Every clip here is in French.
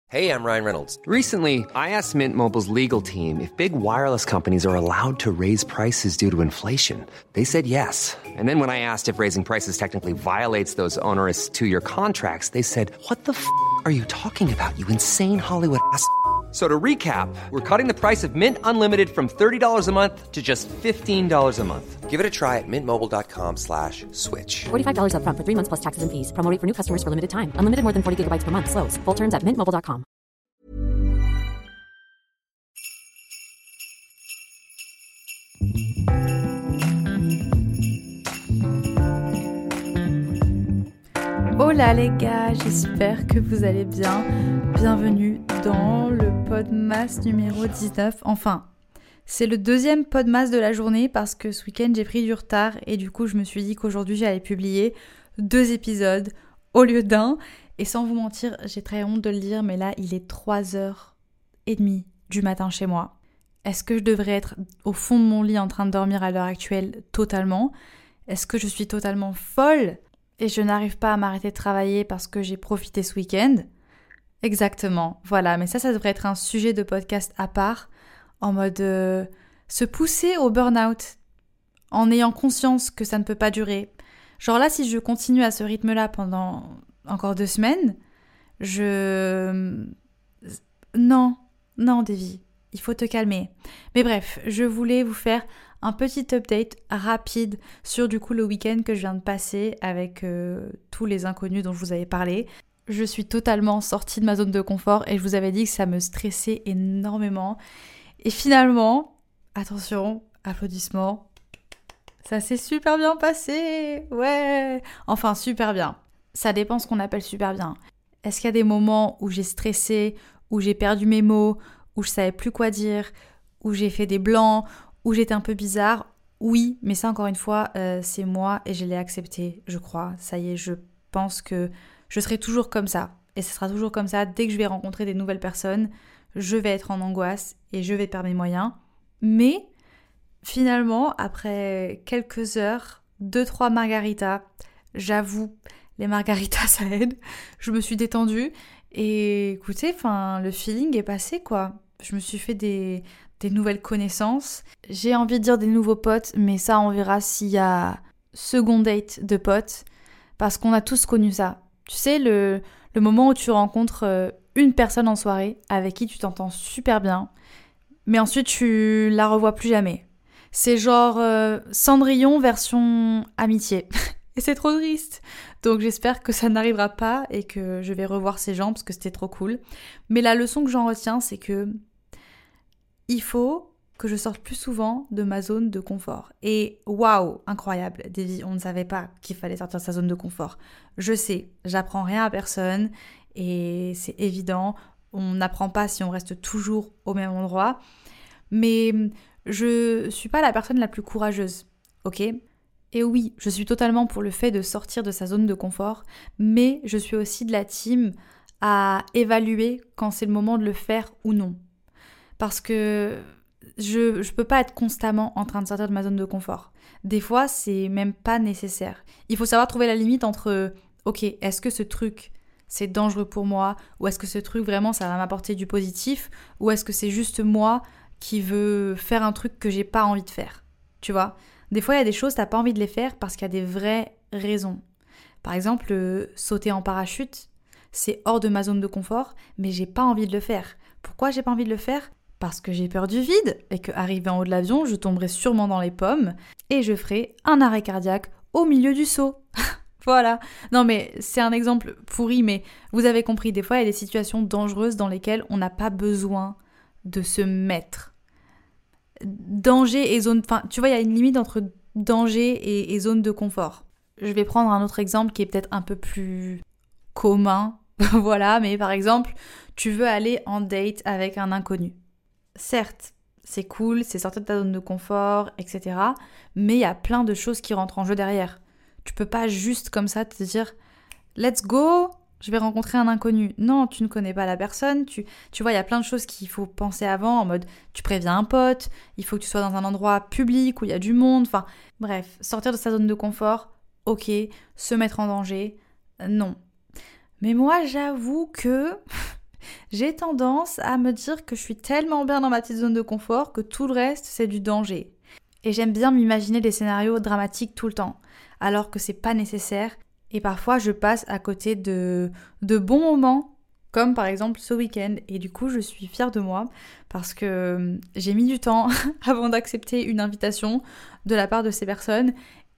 Hey, I'm Ryan Reynolds. Recently, I asked Mint Mobile's legal team if big wireless companies are allowed to raise prices due to inflation. They said yes. And then when I asked if raising prices technically violates those onerous two-year contracts, they said, "What the f*** are you talking about, you insane Hollywood ass?" So to recap, we're cutting the price of Mint Unlimited from $30 a month to just $15 a month. Give it a try at mintmobile.com/switch. $45 up front for 3 months plus taxes and fees. Promo rate for new customers for limited time. Unlimited more than 40 gigabytes per month. Slows full terms at mintmobile.com. Hola les gars, j'espère que vous allez bien. Bienvenue dans le Podmas numéro 19. Enfin, c'est le deuxième Podmas de la journée parce que ce week-end j'ai pris du retard et du coup je me suis dit qu'aujourd'hui j'allais publier 2 épisodes au lieu d'un. Et sans vous mentir, j'ai très honte de le dire, mais là il est 3h30 du matin chez moi. Est-ce que je devrais être au fond de mon lit en train de dormir à l'heure actuelle totalement ? Est-ce que je suis totalement folle ? Et je n'arrive pas à m'arrêter de travailler parce que j'ai profité ce week-end. Exactement, voilà. Mais ça devrait être un sujet de podcast à part, en mode se pousser au burn-out, en ayant conscience que ça ne peut pas durer. Genre là, si je continue à ce rythme-là pendant encore 2 semaines, Non, Davy, il faut te calmer. Mais bref, je voulais vous faire un petit update rapide sur du coup le week-end que je viens de passer avec tous les inconnus dont je vous avais parlé. Je suis totalement sortie de ma zone de confort et je vous avais dit que ça me stressait énormément. Et finalement, attention, applaudissements, ça s'est super bien passé, ouais. Enfin, super bien. Ça dépend ce qu'on appelle super bien. Est-ce qu'il y a des moments où j'ai stressé, où j'ai perdu mes mots, où je savais plus quoi dire, où j'ai fait des blancs, où j'étais un peu bizarre? Oui, mais ça encore une fois, c'est moi et je l'ai accepté, je crois. Ça y est, je pense que je serai toujours comme ça. Et ce sera toujours comme ça. Dès que je vais rencontrer des nouvelles personnes, je vais être en angoisse et je vais perdre mes moyens. Mais finalement, après quelques heures, 2-3 margaritas, j'avoue, les margaritas ça aide, je me suis détendue et écoutez, le feeling est passé quoi. Je me suis fait des nouvelles connaissances. J'ai envie de dire des nouveaux potes, mais ça on verra s'il y a second date de potes, parce qu'on a tous connu ça. Tu sais, le moment où tu rencontres une personne en soirée avec qui tu t'entends super bien, mais ensuite tu la revois plus jamais. C'est genre Cendrillon version amitié. Et c'est trop triste. Donc j'espère que ça n'arrivera pas et que je vais revoir ces gens parce que c'était trop cool. Mais la leçon que j'en retiens, c'est que il faut que je sorte plus souvent de ma zone de confort. Et waouh, incroyable, Davy, on ne savait pas qu'il fallait sortir de sa zone de confort. Je sais, j'apprends rien à personne et c'est évident, on n'apprend pas si on reste toujours au même endroit. Mais je suis pas la personne la plus courageuse, ok ? Et oui, je suis totalement pour le fait de sortir de sa zone de confort, mais je suis aussi de la team à évaluer quand c'est le moment de le faire ou non. Parce que je peux pas être constamment en train de sortir de ma zone de confort. Des fois, c'est même pas nécessaire. Il faut savoir trouver la limite entre ok, est-ce que ce truc c'est dangereux pour moi, ou est-ce que ce truc vraiment ça va m'apporter du positif, ou est-ce que c'est juste moi qui veux faire un truc que j'ai pas envie de faire, tu vois ? Des fois, il y a des choses, t'as pas envie de les faire parce qu'il y a des vraies raisons. Par exemple, sauter en parachute, c'est hors de ma zone de confort, mais j'ai pas envie de le faire. Pourquoi j'ai pas envie de le faire ? Parce que j'ai peur du vide et qu'arrivé en haut de l'avion, je tomberai sûrement dans les pommes et je ferai un arrêt cardiaque au milieu du saut. Voilà. Non mais c'est un exemple pourri, mais vous avez compris, des fois il y a des situations dangereuses dans lesquelles on n'a pas besoin de se mettre. Danger et zone... Enfin, tu vois, il y a une limite entre danger et zone de confort. Je vais prendre un autre exemple qui est peut-être un peu plus commun. Voilà, mais par exemple, tu veux aller en date avec un inconnu. Certes, c'est cool, c'est sortir de ta zone de confort, etc. Mais il y a plein de choses qui rentrent en jeu derrière. Tu peux pas juste comme ça te dire « Let's go !» je vais rencontrer un inconnu. Non, tu ne connais pas la personne. Tu vois, il y a plein de choses qu'il faut penser avant, en mode, tu préviens un pote, il faut que tu sois dans un endroit public où il y a du monde. Enfin, bref, sortir de sa zone de confort, ok. Se mettre en danger, non. Mais moi, j'avoue que J'ai tendance à me dire que je suis tellement bien dans ma petite zone de confort que tout le reste, c'est du danger. Et j'aime bien m'imaginer des scénarios dramatiques tout le temps, alors que c'est pas nécessaire. Et parfois, je passe à côté de bons moments, comme par exemple ce week-end. Et du coup, je suis fière de moi parce que j'ai mis du temps avant d'accepter une invitation de la part de ces personnes.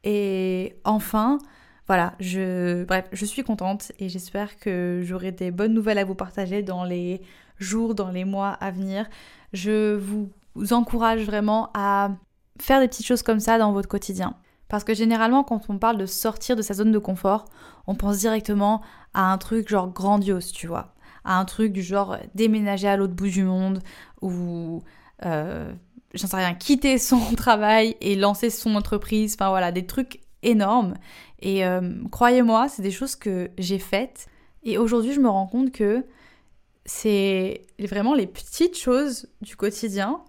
Et enfin, voilà, je suis contente et j'espère que j'aurai des bonnes nouvelles à vous partager dans les jours, dans les mois à venir. Je vous encourage vraiment à faire des petites choses comme ça dans votre quotidien. Parce que généralement, quand on parle de sortir de sa zone de confort, on pense directement à un truc genre grandiose, tu vois. À un truc du genre déménager à l'autre bout du monde ou, j'en sais rien, quitter son travail et lancer son entreprise. Enfin voilà, des trucs énormes. Et croyez-moi, c'est des choses que j'ai faites. Et aujourd'hui, je me rends compte que c'est vraiment les petites choses du quotidien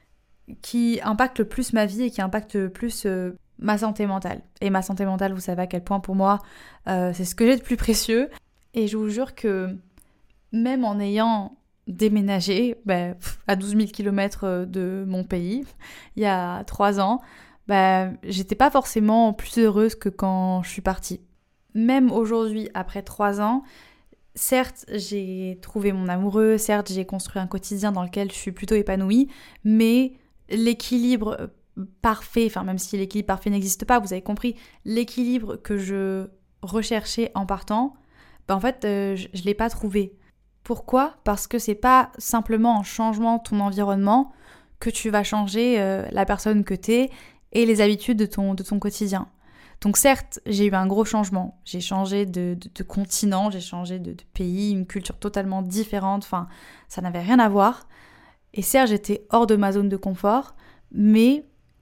qui impactent le plus ma vie et qui impactent le plus ma santé mentale. Et ma santé mentale, vous savez à quel point pour moi, c'est ce que j'ai de plus précieux. Et je vous jure que même en ayant déménagé à 12 000 km de mon pays, il y a 3 ans, j'étais pas forcément plus heureuse que quand je suis partie. Même aujourd'hui, après 3 ans, certes, j'ai trouvé mon amoureux, certes, j'ai construit un quotidien dans lequel je suis plutôt épanouie, mais l'équilibre parfait, enfin même si l'équilibre parfait n'existe pas, vous avez compris, l'équilibre que je recherchais en partant, en fait, je l'ai pas trouvé. Pourquoi ? Parce que c'est pas simplement en changeant ton environnement que tu vas changer la personne que t'es et les habitudes de ton quotidien. Donc certes, j'ai eu un gros changement. J'ai changé de continent, j'ai changé de pays, une culture totalement différente, enfin, ça n'avait rien à voir. Et certes, j'étais hors de ma zone de confort, mais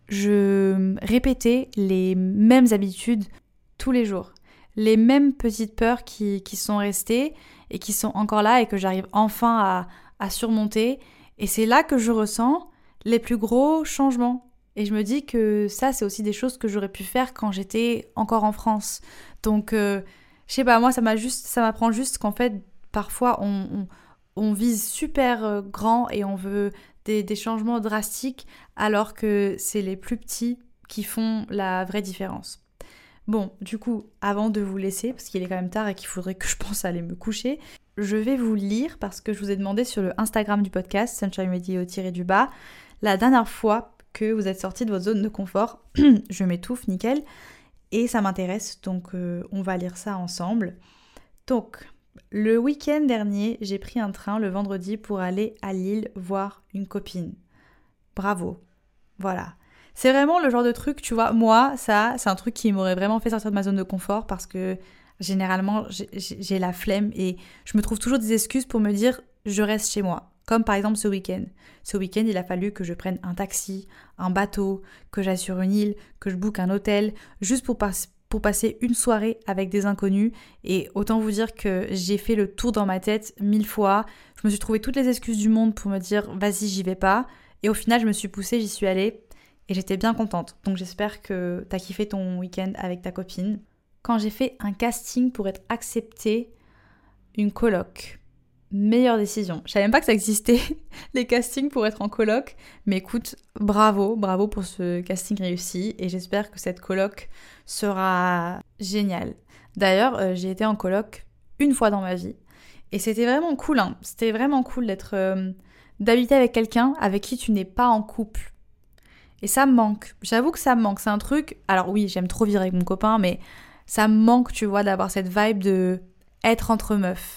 je répétais les mêmes habitudes tous les jours. Les mêmes petites peurs qui sont restées et qui sont encore là et que j'arrive enfin à surmonter. Et c'est là que je ressens les plus gros changements. Et je me dis que ça, c'est aussi des choses que j'aurais pu faire quand j'étais encore en France. Donc, je sais pas, moi, ça m'apprend juste qu'en fait, parfois, on vise super grand et on veut des changements drastiques, alors que c'est les plus petits qui font la vraie différence. Bon, du coup, avant de vous laisser, parce qu'il est quand même tard et qu'il faudrait que je pense à aller me coucher, je vais vous lire, parce que je vous ai demandé sur le Instagram du podcast, Sunshine Radio_, la dernière fois que vous êtes sorti de votre zone de confort. Je m'étouffe, nickel. Et ça m'intéresse, donc on va lire ça ensemble. Donc, le week-end dernier, j'ai pris un train le vendredi pour aller à Lille voir une copine. Bravo. Voilà. C'est vraiment le genre de truc, tu vois, moi, ça, c'est un truc qui m'aurait vraiment fait sortir de ma zone de confort parce que généralement, j'ai la flemme et je me trouve toujours des excuses pour me dire je reste chez moi. Comme par exemple ce week-end. Ce week-end, il a fallu que je prenne un taxi, un bateau, que j'aille sur une île, que je book un hôtel, juste pour passer une soirée avec des inconnus. Et autant vous dire que j'ai fait le tour dans ma tête 1000 fois. Je me suis trouvé toutes les excuses du monde pour me dire vas-y, j'y vais pas. Et au final, je me suis poussée, j'y suis allée. Et j'étais bien contente. Donc j'espère que t'as kiffé ton week-end avec ta copine. Quand j'ai fait un casting pour être acceptée, une coloc. Meilleure décision. Je savais même pas que ça existait, les castings pour être en coloc. Mais écoute, bravo pour ce casting réussi. Et j'espère que cette coloc sera géniale. D'ailleurs, j'ai été en coloc une fois dans ma vie. Et c'était vraiment cool. Hein. C'était vraiment cool d'habiter avec quelqu'un avec qui tu n'es pas en couple. Et ça me manque. J'avoue que ça me manque. C'est un truc... Alors oui, j'aime trop vivre avec mon copain, mais ça me manque, tu vois, d'avoir cette vibe de être entre meufs.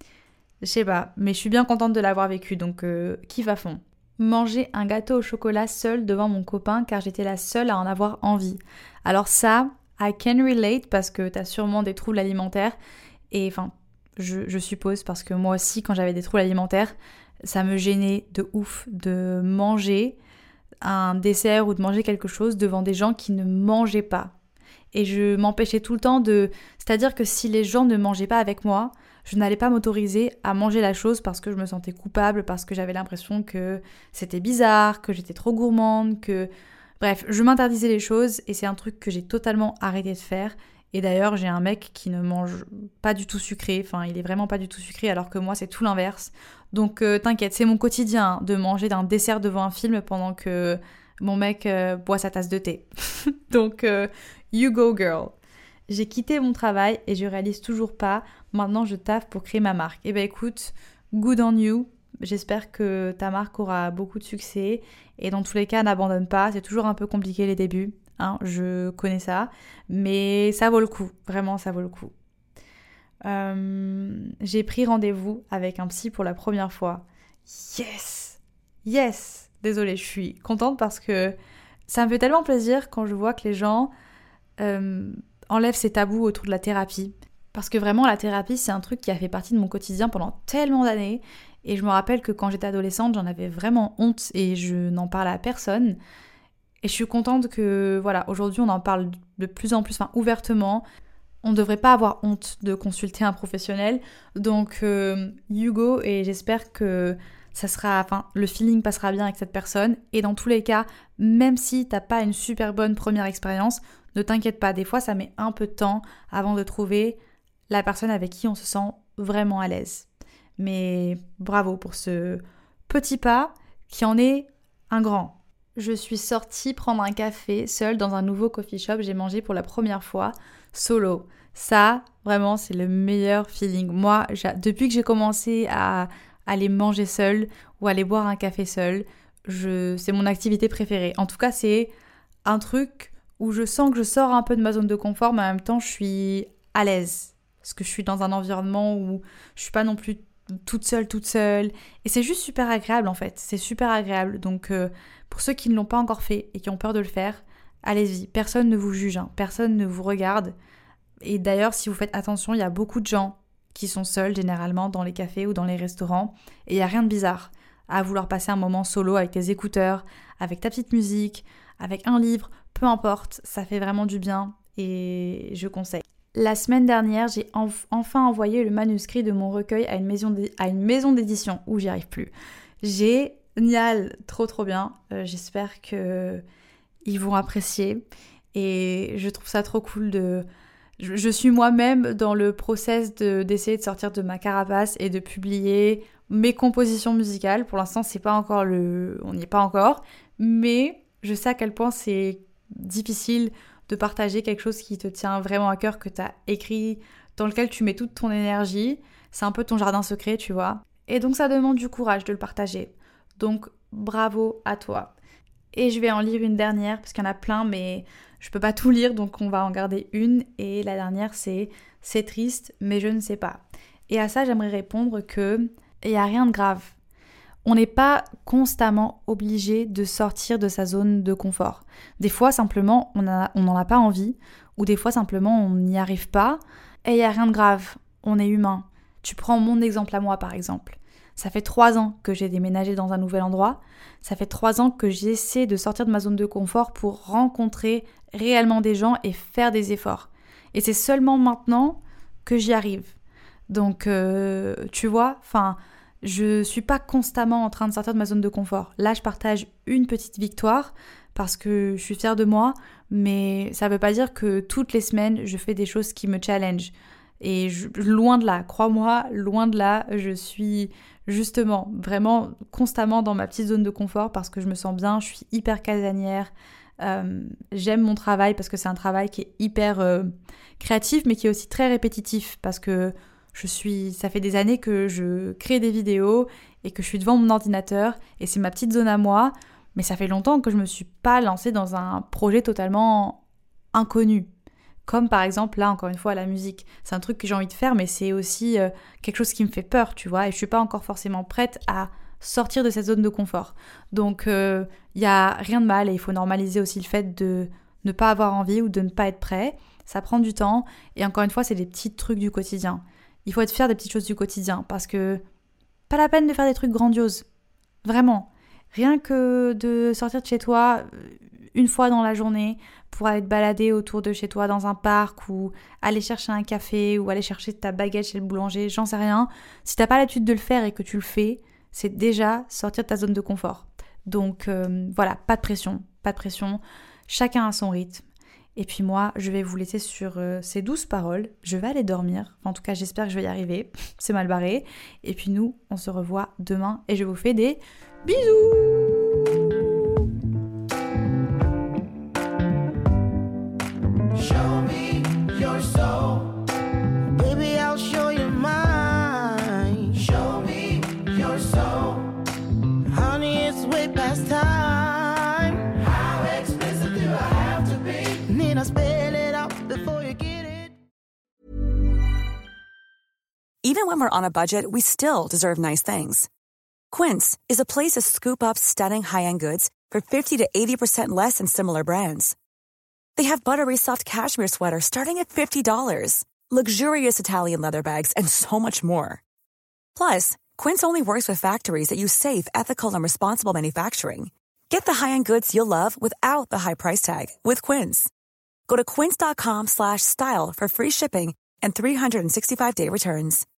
Je sais pas, mais je suis bien contente de l'avoir vécu, donc kiffe à fond. Manger un gâteau au chocolat seule devant mon copain car j'étais la seule à en avoir envie. Alors ça, I can relate parce que t'as sûrement des troubles alimentaires. Et enfin, je suppose parce que moi aussi, quand j'avais des troubles alimentaires, ça me gênait de ouf de manger un dessert ou de manger quelque chose devant des gens qui ne mangeaient pas. Et je m'empêchais tout le temps de... C'est-à-dire que si les gens ne mangeaient pas avec moi, je n'allais pas m'autoriser à manger la chose parce que je me sentais coupable, parce que j'avais l'impression que c'était bizarre, que j'étais trop gourmande, que... Bref, je m'interdisais les choses et c'est un truc que j'ai totalement arrêté de faire. Et d'ailleurs, j'ai un mec qui ne mange pas du tout sucré, enfin il est vraiment pas du tout sucré alors que moi c'est tout l'inverse. Donc t'inquiète, c'est mon quotidien de manger d'un dessert devant un film pendant que mon mec boit sa tasse de thé. Donc you go girl. J'ai quitté mon travail et je réalise toujours pas. Maintenant je taffe pour créer ma marque. Eh ben écoute, good on you. J'espère que ta marque aura beaucoup de succès. Et dans tous les cas, n'abandonne pas. C'est toujours un peu compliqué les débuts. Hein, je connais ça. Mais ça vaut le coup. Vraiment, ça vaut le coup. J'ai pris rendez-vous avec un psy pour la première fois. Yes! Yes! Désolée, je suis contente parce que ça me fait tellement plaisir quand je vois que les gens enlèvent ces tabous autour de la thérapie. Parce que vraiment, la thérapie, c'est un truc qui a fait partie de mon quotidien pendant tellement d'années. Et je me rappelle que quand j'étais adolescente, j'en avais vraiment honte et je n'en parlais à personne. Et je suis contente que, voilà, aujourd'hui, on en parle de plus en plus, ouvertement. On ne devrait pas avoir honte de consulter un professionnel. Donc, you go, et j'espère que le feeling passera bien avec cette personne. Et dans tous les cas, même si t'as pas une super bonne première expérience, ne t'inquiète pas. Des fois, ça met un peu de temps avant de trouver la personne avec qui on se sent vraiment à l'aise. Mais bravo pour ce petit pas qui en est un grand. Je suis sortie prendre un café seule dans un nouveau coffee shop. J'ai mangé pour la première fois solo. Ça, vraiment, c'est le meilleur feeling. Moi, depuis que j'ai commencé à aller manger seule ou aller boire un café seule, c'est mon activité préférée. En tout cas, c'est un truc où je sens que je sors un peu de ma zone de confort, mais en même temps, je suis à l'aise. Parce que je suis dans un environnement où je suis pas non plus toute seule. Et c'est juste super agréable en fait. C'est super agréable. Donc pour ceux qui ne l'ont pas encore fait et qui ont peur de le faire, allez-y. Personne ne vous juge. Personne ne vous regarde. Et d'ailleurs, si vous faites attention, il y a beaucoup de gens qui sont seuls généralement dans les cafés ou dans les restaurants. Et il n'y a rien de bizarre à vouloir passer un moment solo avec tes écouteurs, avec ta petite musique, avec un livre, peu importe. Ça fait vraiment du bien et je conseille. La semaine dernière, j'ai enfin envoyé le manuscrit de mon recueil à une maison d'édition. Où j'y arrive plus. Génial, trop bien. J'espère qu'ils vont apprécier. Et je trouve ça trop cool Je suis moi-même dans le process d'essayer de sortir de ma carapace et de publier mes compositions musicales. Pour l'instant, c'est pas encore on n'y est pas encore. Mais je sais à quel point c'est difficile de partager quelque chose qui te tient vraiment à cœur, que tu as écrit, dans lequel tu mets toute ton énergie. C'est un peu ton jardin secret, tu vois. Et donc ça demande du courage de le partager. Donc bravo à toi. Et je vais en lire une dernière, parce qu'il y en a plein, mais je peux pas tout lire, donc on va en garder une. Et la dernière, c'est « C'est triste, mais je ne sais pas ». Et à ça, j'aimerais répondre que il n'y a rien de grave. On n'est pas constamment obligé de sortir de sa zone de confort. Des fois, simplement, on n'en a pas envie, ou des fois, simplement, on n'y arrive pas, et il n'y a rien de grave. On est humain. Tu prends mon exemple à moi, par exemple. Ça fait 3 ans que j'ai déménagé dans un nouvel endroit. Ça fait 3 ans que j'essaie de sortir de ma zone de confort pour rencontrer réellement des gens et faire des efforts. Et c'est seulement maintenant que j'y arrive. Donc, tu vois, je suis pas constamment en train de sortir de ma zone de confort. Là, je partage une petite victoire parce que je suis fière de moi, mais ça veut pas dire que toutes les semaines, je fais des choses qui me challenge. Et loin de là, crois-moi, loin de là, je suis justement vraiment constamment dans ma petite zone de confort parce que je me sens bien, je suis hyper casanière, j'aime mon travail parce que c'est un travail qui est hyper créatif mais qui est aussi très répétitif parce que ça fait des années que je crée des vidéos et que je suis devant mon ordinateur et c'est ma petite zone à moi, mais ça fait longtemps que je me suis pas lancée dans un projet totalement inconnu. Comme par exemple, là, encore une fois, la musique. C'est un truc que j'ai envie de faire, mais c'est aussi quelque chose qui me fait peur, tu vois. Et je suis pas encore forcément prête à sortir de cette zone de confort. Donc, il y a rien de mal et il faut normaliser aussi le fait de ne pas avoir envie ou de ne pas être prêt. Ça prend du temps. Et encore une fois, c'est des petits trucs du quotidien. Il faut être fier des petites choses du quotidien parce que pas la peine de faire des trucs grandioses. Vraiment. Rien que de sortir de chez toi une fois dans la journée pour aller te balader autour de chez toi dans un parc ou aller chercher un café ou aller chercher ta baguette chez le boulanger, j'en sais rien. Si t'as pas l'habitude de le faire et que tu le fais, c'est déjà sortir de ta zone de confort. Donc voilà, pas de pression. Chacun a son rythme. Et puis moi, je vais vous laisser sur ces douces paroles. Je vais aller dormir. Enfin, en tout cas, j'espère que je vais y arriver. C'est mal barré. Et puis nous, on se revoit demain et je vous fais des bisous. Show me your soul. Baby, I'll show you mine. Show me your soul. Honey, it's way past time. How expensive do I have to be? Need I spell it out before you get it? Even when we're on a budget, we still deserve nice things. Quince is a place to scoop up stunning high-end goods for 50 to 80% less than similar brands. They have buttery soft cashmere sweaters starting at $50, luxurious Italian leather bags, and so much more. Plus, Quince only works with factories that use safe, ethical, and responsible manufacturing. Get the high-end goods you'll love without the high price tag with Quince. Go to quince.com/style for free shipping and 365-day returns.